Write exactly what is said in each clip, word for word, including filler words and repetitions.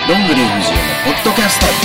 どんぐり藤枝のポッドキャスト。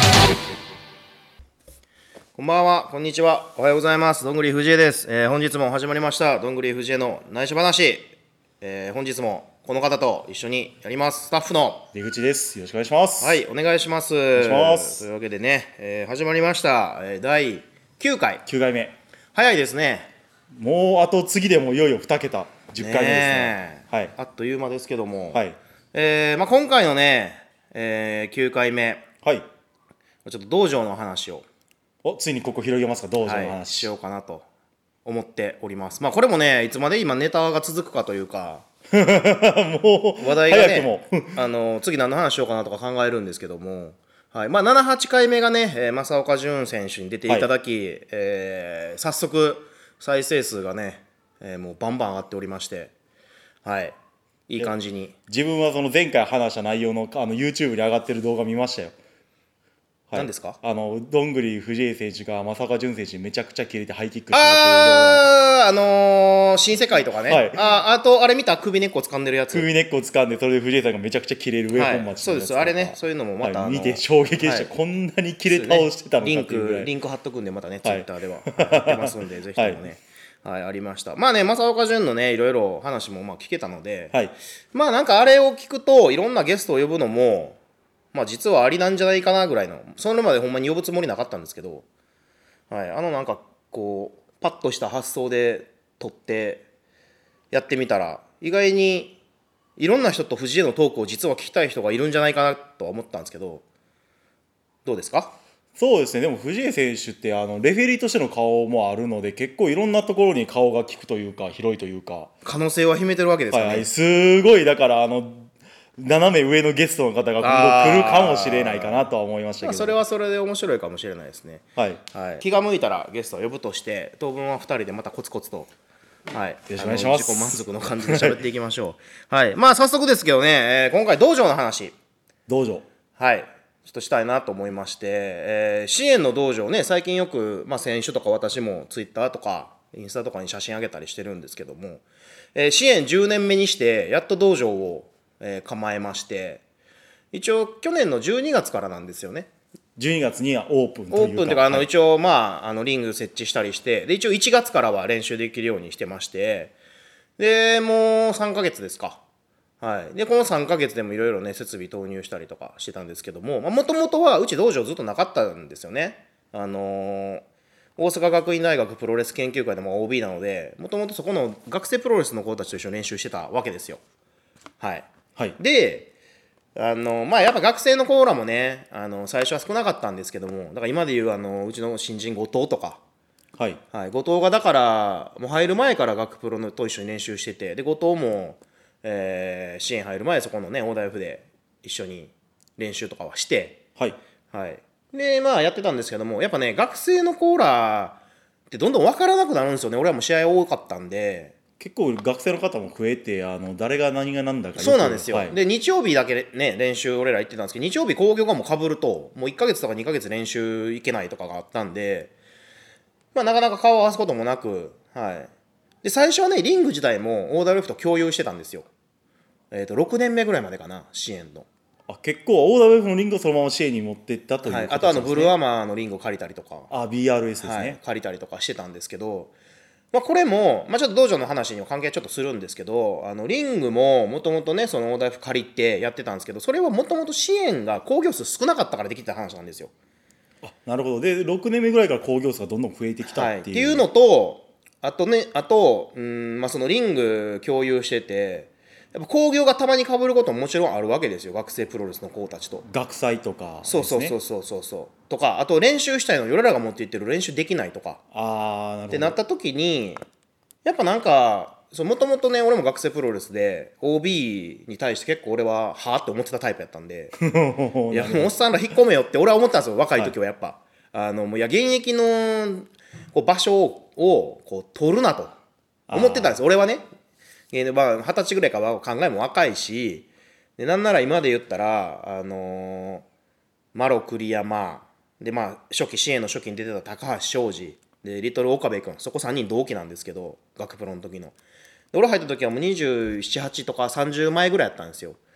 こんばんは、こんにちは、おはようございます。どんぐり藤枝です。えー、本日も始まりましたどんぐり藤枝の内緒話。えー、本日もこの方と一緒にやります。スタッフの出口です。よろしくお願いします。 はい、お願いします。お願いします。 というわけでね、えー、始まりました、えー、だいきゅうかい。 きゅうかいめ。 早いですね。 もうあと次でもいよいよにけたじゅっかいめですね。 ねはい。 あっという間ですけども、 はい。 えーまあ、今回のね、えー、きゅうかいめ、 はい。 ちょっと道場の話を、 お、ついにここ広げますか、道場の話、 はい、しようかなと思っております。まあこれもね、いつまで今ネタが続くかというかもう話題がね早くもあの次何の話しようかなとか考えるんですけども、はい、まあなな、はちかいめがね、えー、正岡潤選手に出ていただき、はい、えー、早速再生数がね、えー、もうバンバン上がっておりまして、はい、いい感じに。 自分はその前回話した内容のあの YouTube に上がってる動画見ましたよ。 はい、何ですか？ あのどんぐり藤枝選手が正岡潤選手にめちゃくちゃ切れてハイキックしてるっていう動画。あー、あのー、新世界とかね、はい、ああとあれ見た首根っこ掴んでるやつ、 首根っこ掴んでそれで藤枝さんがめちゃくちゃ切れる上本町のやつ、 はい、そうですあれね、そういうのもまた、 はい、見て衝撃でした、はい、こんなに切れ倒してたのかっていうぐらい、 リンクリンク貼っとくんでまたね、ツイッターではやってますんでぜひともね、はい、はい、ありました。まあね、正岡潤のねいろいろ話もまあ聞けたので、はい、まあなんかあれを聞くといろんなゲストを呼ぶのもまあ実はありなんじゃないかなぐらいの、それまでほんまに呼ぶつもりなかったんですけど、はい、あのなんかこうパッとした発想で撮ってやってみたら意外にいろんな人と藤枝のトークを実は聞きたい人がいるんじゃないかなとは思ったんですけど、どうですか？ そうですね。でも藤枝選手ってあのレフェリーとしての顔もあるので、結構いろんなところに顔が利くというか広いというか可能性は秘めてるわけですよね。 はい、すごいだからあの斜め上のゲストの方が今後来るかもしれないかなとは思いましたけど、まあ、 それはそれで面白いかもしれないですね。はい、はい、気が向いたらゲストを呼ぶとして当分はふたりでまたコツコツと、はい、よろしくお願いします。 自己満足の感じで喋っていきましょう。はい、まあ早速ですけどね、えー、今回道場の話道場はいちょっとしたいなと思いまして、えー、支援の道場ね最近よく、まあ、選手とか私もツイッターとかインスタとかに写真上げたりしてるんですけども、えー、支援じゅうねんめにしてやっと道場を、えー、構えまして、一応去年のじゅうにがつからなんですよね。 じゅうにがつにはオープンというか、 オープンというか、あの一応まああのリング設置したりして、で一応いちがつからは練習できるようにしてまして、でもうさんかげつですか。はい、でこのさんかげつでもいろいろね設備投入したりとかしてたんですけども、もともとはうち道場ずっとなかったんですよね。あのー、大阪学院大学プロレス研究会でも オービー なので、もともとそこの学生プロレスの子たちと一緒に練習してたわけですよ。はい、はい、であのまあやっぱ学生の子らもねあの最初は少なかったんですけども、だから今でいうあのうちの新人後藤とか、はいはい、後藤がだからもう入る前から学プロのと一緒に練習してて、で後藤もえー、支援入る前そこのね大台府で一緒に練習とかはして、はいはい、でまあやってたんですけども、やっぱね学生のコーラってどんどん分からなくなるんですよね。俺はもう試合多かったんで結構学生の方も増えて、あの誰が何が何だかそうなんですよ、はい、で日曜日だけね練習俺ら行ってたんですけど、日曜日興行がもうかぶるともういっかげつとかにかげつ練習行けないとかがあったんで、まあ、なかなか顔を合わすこともなく、はいで最初はねリング自体もオーダーレフと共有してたんですよ。えー、とろくねんめぐらいまでかな支援の。 あ結構オーダーウェフのリングをそのまま支援に持っていったという、 はい、あとあのブルーアーマーのリングを借りたりとかあ ビーアールエス ですね、はい、 借りたりとかしてたんですけど、まあ、これも、まあ、ちょっと道場の話には関係ちょっとするんですけど、あのリングももともとねそのオーダーウェフ借りてやってたんですけど、それはもともと支援が興行数少なかったからできた話なんですよ。 あなるほど。でろくねんめぐらいから興行数がどんどん増えてきたっていう、はい、 っていうのとあとねあとうん、まあ、そのリング共有しててやっぱ興行がたまに被ることももちろんあるわけですよ、学生プロレスの子たちと。 学祭とか、ね、 そうそうそうそうそうそうとか、あと練習したいのに俺らが持っていってる練習できないとかあなるほどってなった時にやっぱなんかもともとね俺も学生プロレスで オービー に対して結構俺ははぁって思ってたタイプやったんでいやもうおっさんら引っ込めよって俺は思ったんですよ若い時は。やっぱ、はい、あのもういや現役のこう場所をこう取るなと思ってたんです俺はね。二十歳ぐらいから考えも若いし、でなんなら今で言ったらあのー、マロ栗山で、まあ、初期支援の初期に出てた高橋昌司でリトル岡部君、そこさんにん同期なんですけど学プロの時の。で俺入った時はもうにじゅうなな、はちとかさんじゅう前ぐらいやったんですよ。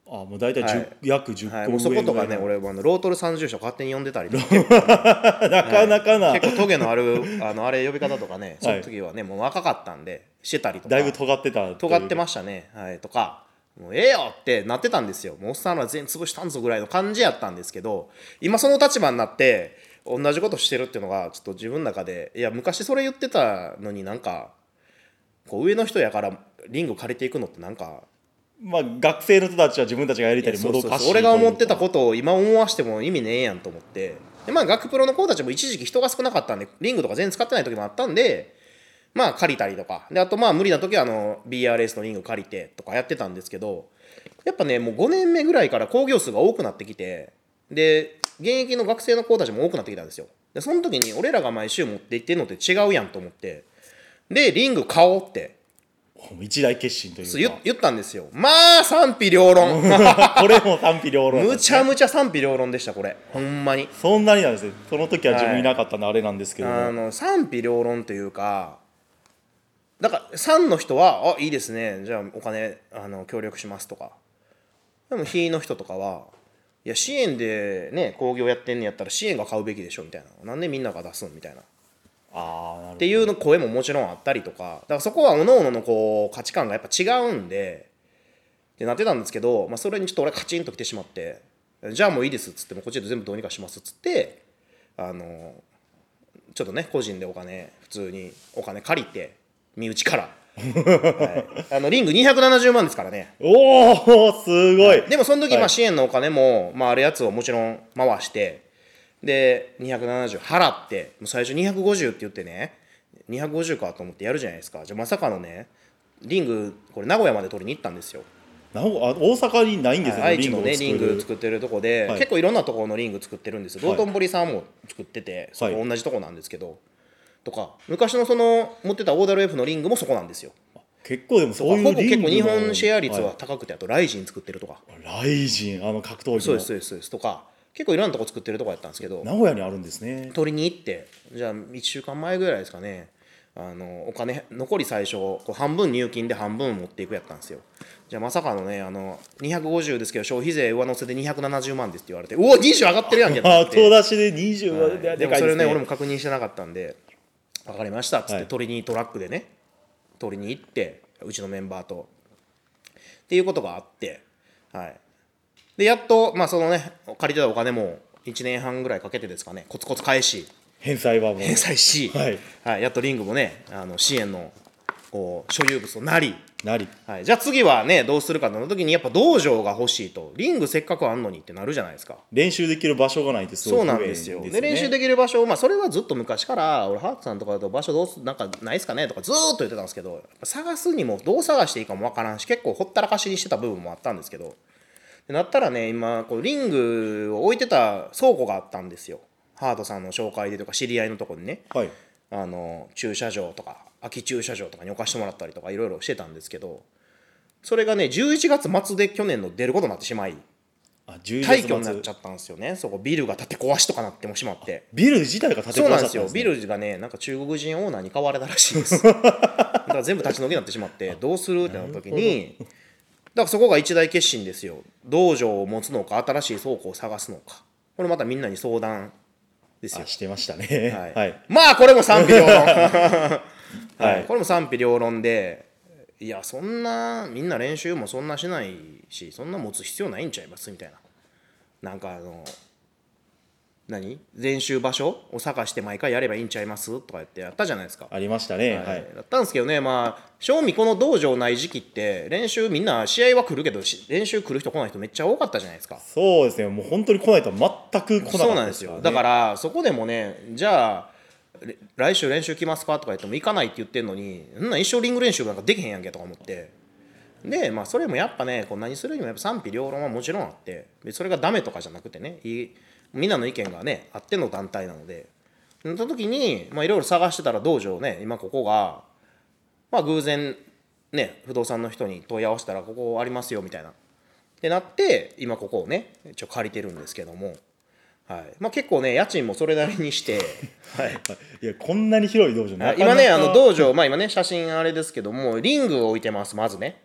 あもう大体じゅう、はい、約じゅっこはい、もうそことかね俺あのロートル三住所勝手に呼んでたりとかなかなかな、 はい、結構トゲのあるあのあれ呼び方とかねその時はねもう若かったんでしてたりとかだいぶ尖ってた尖ってましたね、はい、とかもうええよってなってたんですよ。もうおっさんら全員潰したんぞぐらいの感じやったんですけど今その立場になって同じことしてるっていうのがちょっと自分の中でいや昔それ言ってたのになんかこう上の人やからリング借りていくのってなんかまあ学生の人たちは自分たちがやりたいもどかしいというか、 俺が思ってたことを今思わしても意味ねえやんと思ってで、まあ、学プロの子たちも一時期人が少なかったんでリングとか全然使ってない時もあったんでまあ借りたりとかであとまあ無理な時はあの ビーアールエス のリング借りてとかやってたんですけどやっぱねもうごねんめぐらいから興行数が多くなってきてで現役の学生の子たちも多くなってきたんですよ。でその時に俺らが毎週持って行ってんのって違うやんと思ってでリング買おうって一大決心というか言ったんですよ。まあ賛否両論これも賛否両論、 ね、むちゃむちゃ賛否両論でしたこれほんまにそんなになんですね。その時は自分いなかったんであれなんですけど、 はい、あの賛否両論というかだからさんの人はあいいですねじゃあお金あの協力しますとかでも非の人とかはいや支援でね興行やってんねやったら支援が買うべきでしょみたいななんでみんなが出すんみたいなあなるほどっていうの声ももちろんあったりとかだからそこは各々のこう価値観がやっぱ違うんでってなってたんですけど、まあ、それにちょっと俺カチンときてしまってじゃあもういいですっつってもこっちで全部どうにかしますっつってあのちょっとね個人でお金普通にお金借りて身内から、はい、あのリングにひゃくななじゅうまんですからねおおすごい、 はい、でもその時、 はい、 まあ支援のお金も、まあ、あるやつをもちろん回してでにひゃくななじゅう払ってもう最初にひゃくごじゅうって言ってねにひゃくごじゅうかと思ってやるじゃないですかじゃあまさかのねリングこれ名古屋まで取りに行ったんですよ。 なおあ大阪にないんですよね、 はい、愛知のねリング作ってるとこで、はい、結構いろんなところのリング作ってるんですよ。道頓堀さんも作っててそこ同じとこなんですけど、はい、とか昔のその持ってた オーダブリューエフ のリングもそこなんですよ。 結構でもそういうリングの結構日本シェア率は高くて、はい、あとライジン作ってるとかライジンあの格闘技のそうですそうですそうですとか結構いろんなとこ作ってるとこやったんですけど名古屋にあるんですね。 取りに行ってじゃあいっしゅうかんまえぐらいですかねあのお金残り最初こう半分入金で半分持っていくやったんですよ。じゃあまさかのねあのにひゃくごじゅうですけど消費税上乗せでにひゃくななじゅうまんですって言われてうおにじゅう上がってるやんけあ後出しでにじゅうはでかいですね、 はい、でもそれね俺も確認してなかったんで分かりましたっつって、はい、取りにトラックでね取りに行ってうちのメンバーとっていうことがあって、はい、でやっと、まあそのね、借りてたお金もいちねんはんぐらいかけてですかねコツコツ返し返済はもう返済し、 はいはい、やっとリングもねあの支援のこう所有物となりなり、 はい、じゃあ次はねどうするかの時にやっぱ道場が欲しいとリングせっかくあんのにってなるじゃないですか。 練習できる場所がないってすごいそうなんですよ。で練習できる場所、まあ、それはずっと昔から俺ハーツさんとかだと場所どうすなんかないですかねとかずーっと言ってたんですけど探すにもどう探していいかもわからんし結構ほったらかしにしてた部分もあったんですけどでなったらね今こうリングを置いてた倉庫があったんですよ。ハートさんの紹介でとか知り合いのところにね、 はい、 あの駐車場とか空き駐車場とかに置かしてもらったりとかいろいろしてたんですけどそれがねじゅういちがつ末で去年の出ることになってしまいあじゅういちがつ末廃墟になっちゃったんですよね。そこビルが建て壊しとかなってもしまってビル自体が建て壊しちゃったんですね。 そうなんですよ。ビルがねなんか中国人オーナーに買われたらしいですだから全部立ち退きになってしまってどうするってなった時にだからそこが一大決心ですよ。道場を持つのか新しい倉庫を探すのかこれまたみんなに相談ですよ。 あしてましたね、 はいはい、 まあこれも賛否両論、はい、これも賛否両論でいやそんなみんな練習もそんなしないしそんな持つ必要ないんちゃいますみたいななんかあの何練習場所を探して毎回やればいいんちゃいますとか言ってやったじゃないですか。 ありましたね、はい、 はい、やったんですけどねまあ正味この道場ない時期って練習みんな試合は来るけど練習来る人来ない人めっちゃ多かったじゃないですか。 そうですねもう本当に来ないと全く来なかったですからね。 そうなんですよ。だからそこでもねじゃあ来週練習来ますかとか言っても行かないって言ってんのにそんな一生リング練習なんかできへんやんけとか思ってでまあそれもやっぱねこう何するにもやっぱ賛否両論はもちろんあってそれがダメとかじゃなくてねいいみんなの意見がねあっての団体なのでその時にまあいろいろ探してたら道場ね今ここがまあ偶然ね不動産の人に問い合わせたらここありますよみたいなってなって今ここをね一応借りてるんですけども、はいまあ、結構ね家賃もそれなりにして、はい、 いやこんなに広い道場なかなか今ねあの道場まあ今ね写真あれですけどもリングを置いてますまずね。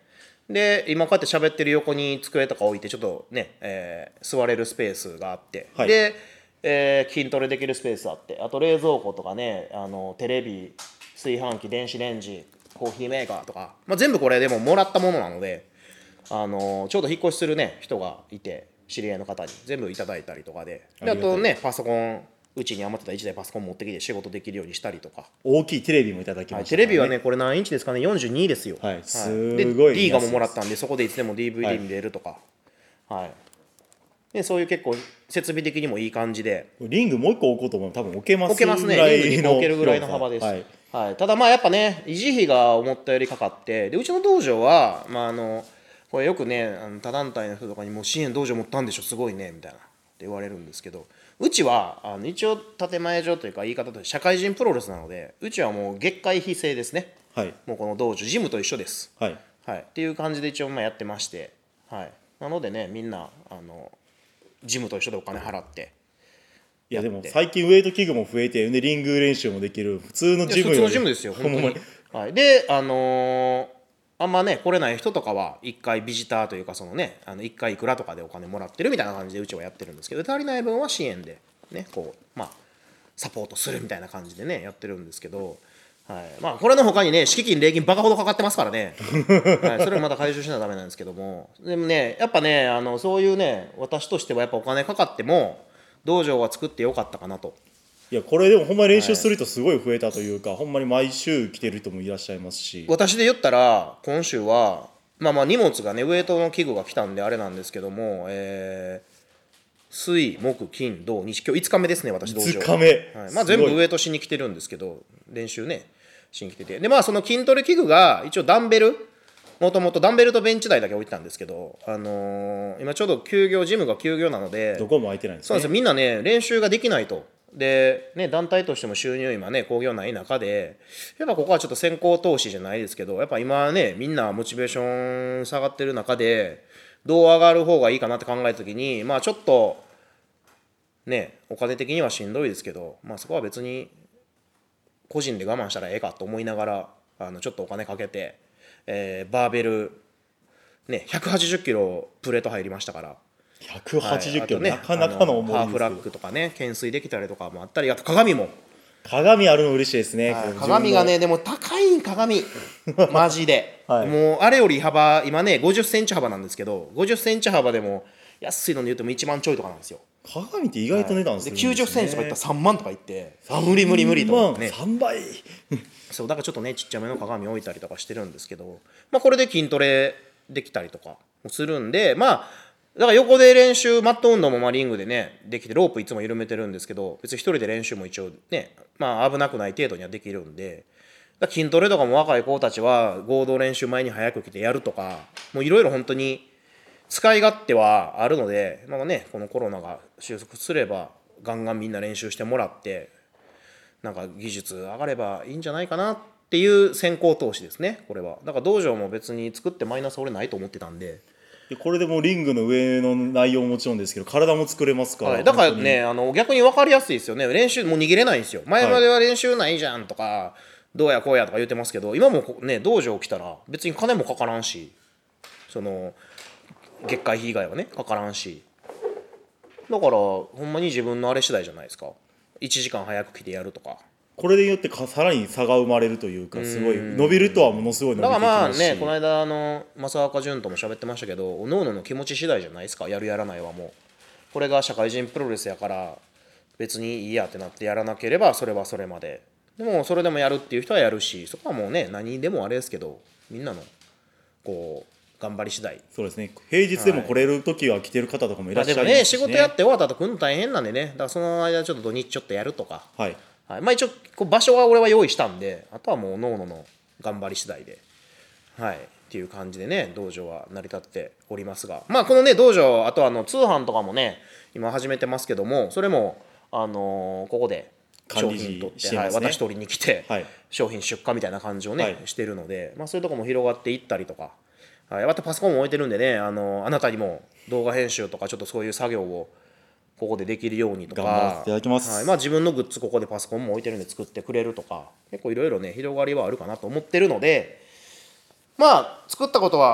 で今こうやって喋ってる横に机とか置いてちょっとね、えー座れるスペースがあって、 はいで、えー筋トレできるスペースあって、あと冷蔵庫とかね、あのテレビ、炊飯器、電子レンジ、コーヒーメーカーとか、まあ、全部これでももらったものなので、あのちょうど引っ越しするね人がいて、知り合いの方に全部いただいたりとかで、であとねパソコン、うちに余ってたいちだいパソコン持ってきて仕事できるようにしたりとか、 大きいテレビもいただきまはい、 したから、 テレビはねこれ何インチですかね、よんじゅうにですよ。 はいすでごい D 見やすいですがももらったんで、そこでいつでも ディーブイディー 見れるとか、はいでそういう結構設備的にもいい感じで、 リングもう一個置こうと思うと多分置けます置けますね、 ぐらリングにいの置けるぐらいの幅です、 はいはい、ただまあやっぱね維持費が思ったよりかかって、でうちの道場は、まあ、あのこれよくねあの他団体の人とかにもう支援道場持ったんでしょすごいねみたいなって言われるんですけど、うちはあの一応建前上というか言い方として社会人プロレスなので、うちはもう月会費制ですね。 はいもうこの道場ジムと一緒です、 はいはい、っていう感じで一応まあやってまして、はい、なのでねみんなあのジムと一緒でお金払って、 いやでも最近ウェイト器具も増えてでリング練習もできる普通のジム普通のジムですよ本当に、はい、であのーあんまね来れない人とかはいっかいビジターというかそのねあのいっかいいくらとかでお金もらってるみたいな感じでうちはやってるんですけど、足りない分は支援でねこうまあサポートするみたいな感じでねやってるんですけど、はい、まあこれの他にね敷金礼金バカほどかかってますからね、はい、それもまた回収しないとダメなんですけども、でもねやっぱねあのそういうね私としてはやっぱお金かかっても道場は作ってよかったかなと。 いやこれでもほんまに練習する人すごい増えたというか、はい、ほんまに毎週来てる人もいらっしゃいますし、 私で言ったら今週はまあまあ荷物がねウエイトの器具が来たんであれなんですけども、えー水木金土日今日いつかめですね私道場いつかめ、 はいまあ、全部ウエイトしに来てるんですけど練習ねしに来てて、でまあその筋トレ器具が一応ダンベル、もともとダンベルとベンチ台だけ置いてたんですけど、あのー今ちょうど休業ジムが休業なのでどこも空いてないんですね。 そうなんですよ、みんなね練習ができないと。で、ね、団体としても収入今ね興行ない中でやっぱここはちょっと先行投資じゃないですけど、やっぱ今ねみんなモチベーション下がってる中でどう上がる方がいいかなって考えた時に、まあちょっとねお金的にはしんどいですけど、まあそこは別に個人で我慢したらええかと思いながらあのちょっとお金かけて、えーバーベルねひゃくはちじゅっキロプレート入りましたから、 ひゃくはちじゅっキロ、 はいなかなかの重いですけど、 ハーフラックとかね懸垂できたりとかもあったり、あと鏡も、 鏡あるの嬉しいですね、 はいこれ鏡がねでも高いん鏡マジで、 はいもうあれより幅今ねごじゅっセンチ幅なんですけど、ごじゅっセンチ幅でも安いのに言ってもいちまんちょいとかなんですよ。 鏡って意外と値段すでるんですね、 きゅうじゅっセンチとかいったらさんまんとかいってあ無理無理無理と思ってね、 さんばいそうだからちょっとねちっちゃめの鏡置いたりとかしてるんですけど、まあこれで筋トレできたりとかもするんで、まあだから横で練習マット運動もまあリングでねできてロープいつも緩めてるんですけど、別に一人で練習も一応ねまあ危なくない程度にはできるんで、だから筋トレとかも若い子たちは合同練習前に早く来てやるとか、もういろいろ本当に使い勝手はあるので、まあねこのコロナが収束すればガンガンみんな練習してもらってなんか技術上がればいいんじゃないかなっていう先行投資ですねこれは。だから道場も別に作ってマイナス俺ないと思ってたんで、 でこれでもうリングの上の内容ももちろんですけど体も作れますから、 はい、だからねあの逆に分かりやすいですよね。練習もう逃げれないんですよ。前までは練習ないじゃんとか、どうやこうやとか言ってますけど、今もね道場来たら別に金もかからんし、その月会費以外はねかからんし、だからほんまに自分のあれ次第じゃないですか。いちじかん早く来てやるとか。 これでよってかさらに差が生まれるというか、すごい伸びるとはものすごい伸びてきだからまあますし、 ねこの間あの正岡潤とも喋ってましたけど、おのおのの気持ち次第じゃないですか。やるやらないはもうこれが社会人プロレスやから別にいいやってなってやらなければそれはそれまで、でもそれでもやるっていう人はやるし、そこはもうね何でもあれですけどみんなのこう頑張り次第。 そうですね、平日でも来れる時は来てる方とかもいらっしゃいますし、ね、 でもね仕事やって終わった後来るの大変なんでね、だからその間ちょっと土日ちょっとやるとか、 はいはいまあ、一応こう場所は俺は用意したんで、あとはもう各々の頑張り次第で、はいっていう感じでね道場は成り立っておりますが、まあこのね道場あとはあの通販とかもね今始めてますけども、それもあのーここで商管理品取って、 してますねはい、私取りに来て、 はい商品出荷みたいな感じをね、 はいしてるので、まあ、そういうとこも広がっていったりとか、はい、またパソコンも置いてるんでね、あのあなたにも動画編集とかちょっとそういう作業をここでできるようにとか、 頑張らせていただきますはいまあ、自分のグッズここでパソコンも置いてるんで作ってくれるとか、結構いろいろね広がりはあるかなと思ってるので、まあ作ったことは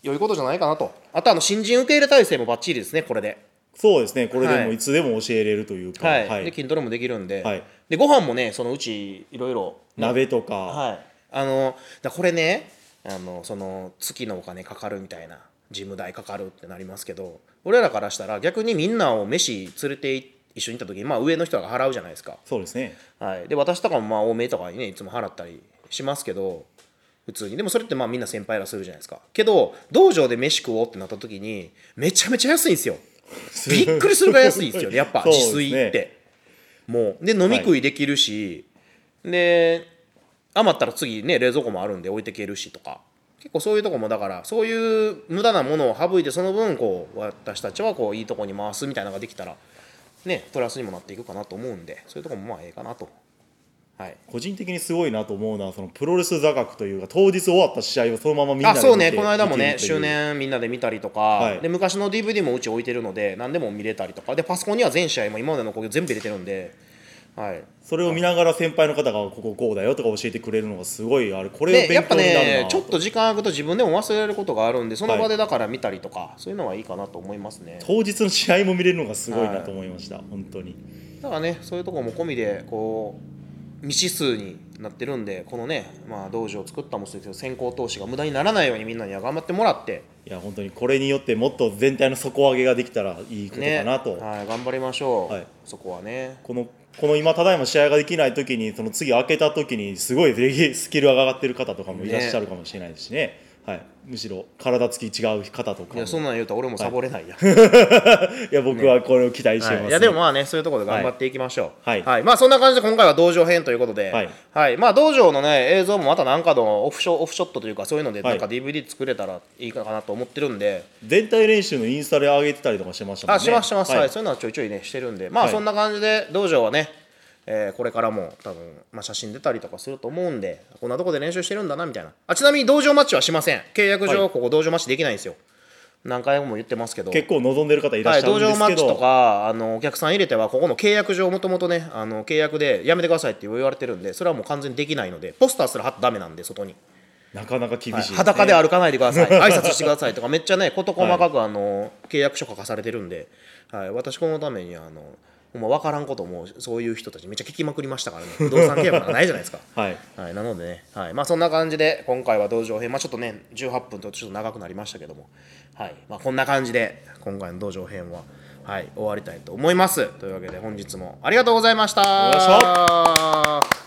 良いことじゃないかなと。あとあの新人受け入れ体制もバッチリですね、これで。 そうですね、これではいもいつでも教えれるというか、 はい、 はいで筋トレもできるんで、 はい、 でご飯もね、そのうちいろいろ鍋とか、 はい、あのだこれね、あのその月のお金かかるみたいな、事務代かかるってなりますけど、俺らからしたら逆にみんなを飯連れて一緒に行った時に、まあ、上の人が払うじゃないですか。 そうですね、 はい、で私とかもまあ多めとかにねいつも払ったりしますけど、普通にでもそれってまあみんな先輩らするじゃないですか。けど道場で飯食おうってなった時にめちゃめちゃ安いんですよ。びっくりするぐらい安いですよね、やっぱ自炊って。もうで飲み食いできるし、はい、で余ったら次ね冷蔵庫もあるんで置いてけるしとか、結構そういうとこもだからそういう無駄なものを省いて、その分こう私たちはこういいとこに回すみたいなのができたらねプラスにもなっていくかなと思うんで、そういうとこもまあええかなと。はい、 個人的にすごいなと思うのは、そのプロレス座学というか当日終わった試合をそのままみんなで見て、 あそうね、この間もね周年みんなで見たりとか、 はい、 で昔の ディーブイディー もうち置いてるので何でも見れたりとかで、パソコンには全試合も今までの興行全部入れてるんで、はい、 それを見ながら先輩の方がこここうだよとか教えてくれるのがすごい、あれこれでやっぱ勉強になるなねちょっと時間空くと自分でも忘れられることがあるんで、その場でだから見たりとか、はい、そういうのはいいかなと思いますね。 当日の試合も見れるのがすごいなと思いました、はい、本当に。 だからねそういうところも込みでこう未知数になってるんで、このね、まあ、道場を作ったもそうですけど先行投資が無駄にならないようにみんなには頑張ってもらって、 いや本当にこれによってもっと全体の底上げができたらいいことかなと、 ね、はい、頑張りましょう、 はい、 そこはね。 このこの今ただいま試合ができない時にその次開けた時にすごいスキルが上がってる方とかもいらっしゃるかもしれないですしね、ね、はい、むしろ体つき違う方とかも。 いやそんなん言うと俺もサボれないや、 はい、いや僕はこれを期待してます、ね、はい、 いやでもまあねそういうところで頑張っていきましょう。 はい、 はい、まあそんな感じで今回は道場編ということで、はいはい、まあ道場のね映像もまた何かのオフショオフショットというかそういうのでなんか ディーブイディー 作れたらいいかなと思ってるんで、 全体練習のインスタで上げてたりとかしてましたもんね。 あしますします、はいはい、そういうのはちょいちょいねしてるんで、まあそんな感じで道場はね、えー、これからも多分、まあ、写真出たりとかすると思うんで、こんなとこで練習してるんだなみたいな。あちなみに道場マッチはしません。契約上、はい、ここ道場マッチできないんですよ。何回も言ってますけど、 結構望んでる方いらっしゃるんですけど、 はい、道場マッチとかあのお客さん入れてはここの契約上もともとねあの契約でやめてくださいって言われてるんで、それはもう完全にできないので、ポスターすら貼ってダメなんで外になかなか厳しいですね、 はい、裸で歩かないでください挨拶してくださいとかめっちゃね事細かくあの契約書書かされてるんで、はい、私このためにあのもう分からんこともそういう人たちめっちゃ聞きまくりましたからね。不動産契約なんかないじゃないですかはい、 はい、なのでね、はい、まあそんな感じで今回は道場編、まあちょっとねじゅうはっぷんとちょっと長くなりましたけども、はい、まあこんな感じで今回の道場編は、はい、終わりたいと思います。というわけで本日もありがとうございました。 ありがとうございました。